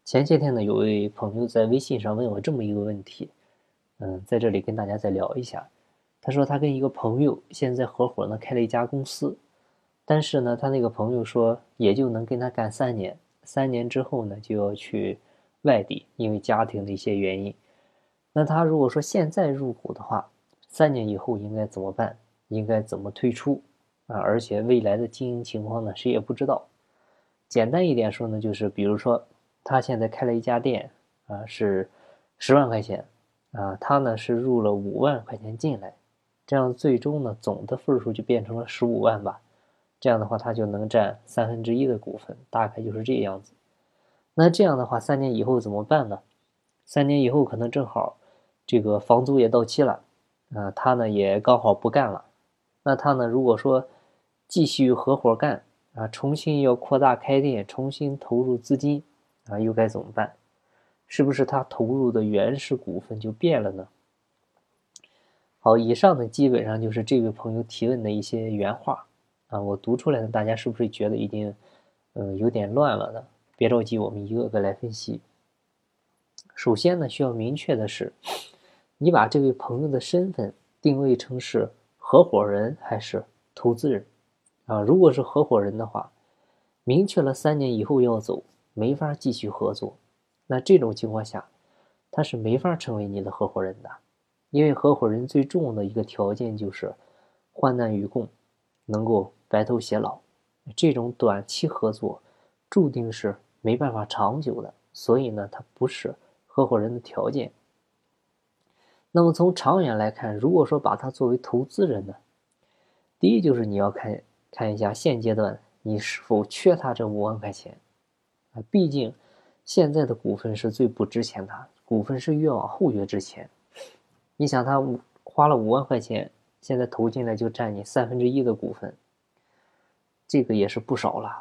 前些天呢，有位朋友在微信上问我这么一个问题，在这里跟大家再聊一下。他说他跟一个朋友现在合伙呢开了一家公司，但是呢，他那个朋友说也就能跟他干3年，3年之后呢就要去外地，因为家庭的一些原因。那他如果说现在入股的话，3年以后应该怎么办？应该怎么退出？而且未来的经营情况呢，谁也不知道。简单一点说呢，就是比如说他现在开了一家店，是10万块钱，他呢是入了5万块钱进来，这样最终呢总的份数就变成了15万吧。这样的话他就能占1/3的股份，大概就是这样子。那这样的话3年以后怎么办呢？3年以后可能正好这个房租也到期了，他呢也刚好不干了。那他呢如果说继续合伙干，重新要扩大开店，重新投入资金，又该怎么办？是不是他投入的原始股份就变了呢？好，以上呢基本上就是这位朋友提问的一些原话我读出来呢，大家是不是觉得已经有点乱了呢？别着急，我们一个个来分析。首先呢，需要明确的是，你把这位朋友的身份定位成是合伙人还是投资人如果是合伙人的话，明确了3年以后要走，没法继续合作。那这种情况下，他是没法成为你的合伙人的，因为合伙人最重要的一个条件就是患难与共，能够白头偕老。这种短期合作注定是没办法长久的，所以呢，它不是合伙人的条件。那么从长远来看，如果说把它作为投资人呢，第一就是你要看一下现阶段你是否缺他这5万块钱毕竟现在的股份是最不值钱的，股份是越往后越值钱。你想他花了5万块钱，现在投进来就占你1/3的股份，这个也是不少了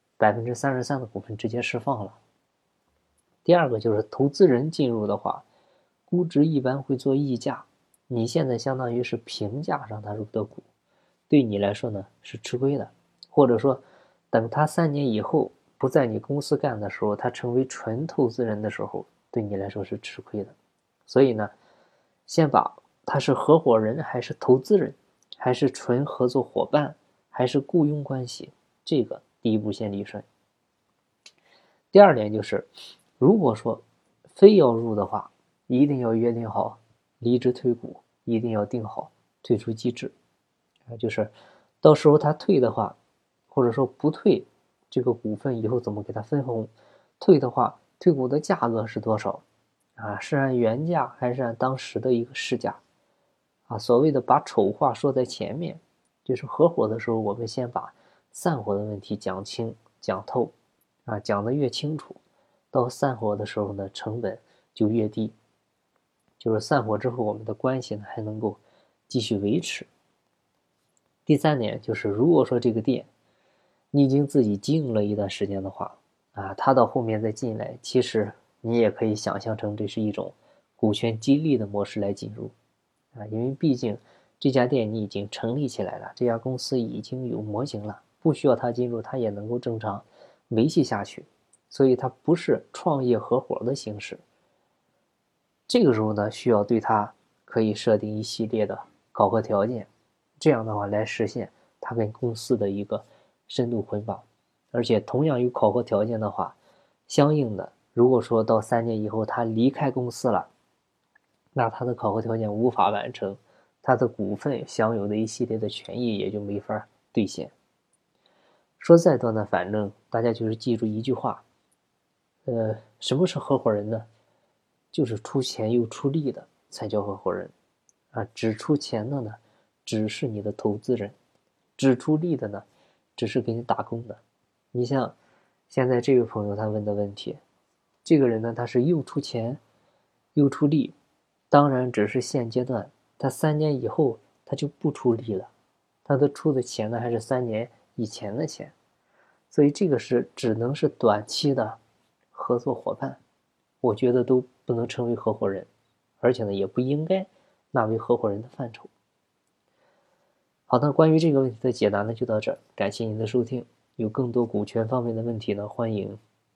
，33%的股份直接释放了。第二个就是投资人进入的话，估值一般会做溢价，你现在相当于是平价让他入的股，对你来说呢是吃亏的，或者说等他3年以后不在你公司干的时候，他成为纯投资人的时候，对你来说是吃亏的。所以呢，先把他是合伙人还是投资人，还是纯合作伙伴，还是雇佣关系，这个第一步先理顺。第二点就是，如果说非要入的话，一定要约定好离职退股，一定要定好退出机制就是到时候他退的话，或者说不退，这个股份以后怎么给他分红？退的话，退股的价格是多少？是按原价还是按当时的一个市价？所谓的把丑话说在前面，就是合伙的时候，我们先把散伙的问题讲清讲透，讲得越清楚，到散伙的时候呢，成本就越低。就是散伙之后，我们的关系呢还能够继续维持。第三点就是，如果说这个店你已经自己经营了一段时间的话，他到后面再进来，其实你也可以想象成这是一种股权激励的模式来进入因为毕竟这家店你已经成立起来了，这家公司已经有模型了，不需要他进入，他也能够正常维系下去，所以它不是创业合伙的形式。这个时候呢，需要对他可以设定一系列的考核条件，这样的话来实现他跟公司的一个深度捆绑。而且同样有考核条件的话，相应的如果说到3年以后他离开公司了，那他的考核条件无法完成，他的股份享有的一系列的权益也就没法兑现。说再多呢，反正大家就是记住一句话，什么是合伙人呢？就是出钱又出力的才叫合伙人只出钱的呢，只是你的投资人；只出力的呢，只是给你打工的。你像现在这位朋友他问的问题，这个人呢，他是又出钱又出力，当然只是现阶段，他3年以后他就不出力了，他的出的钱呢还是3年以前的钱，所以这个是只能是短期的合作伙伴，我觉得都不能称为合伙人，而且呢也不应该纳为合伙人的范畴。好的，关于这个问题的解答呢就到这儿，感谢您的收听。有更多股权方面的问题呢，欢迎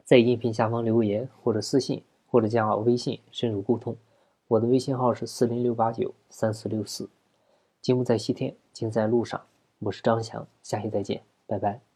在音频下方留言或者私信，或者加我微信深入沟通。我的微信号是406893464。金不在西天，金在路上。我是张翔，下期再见，拜拜。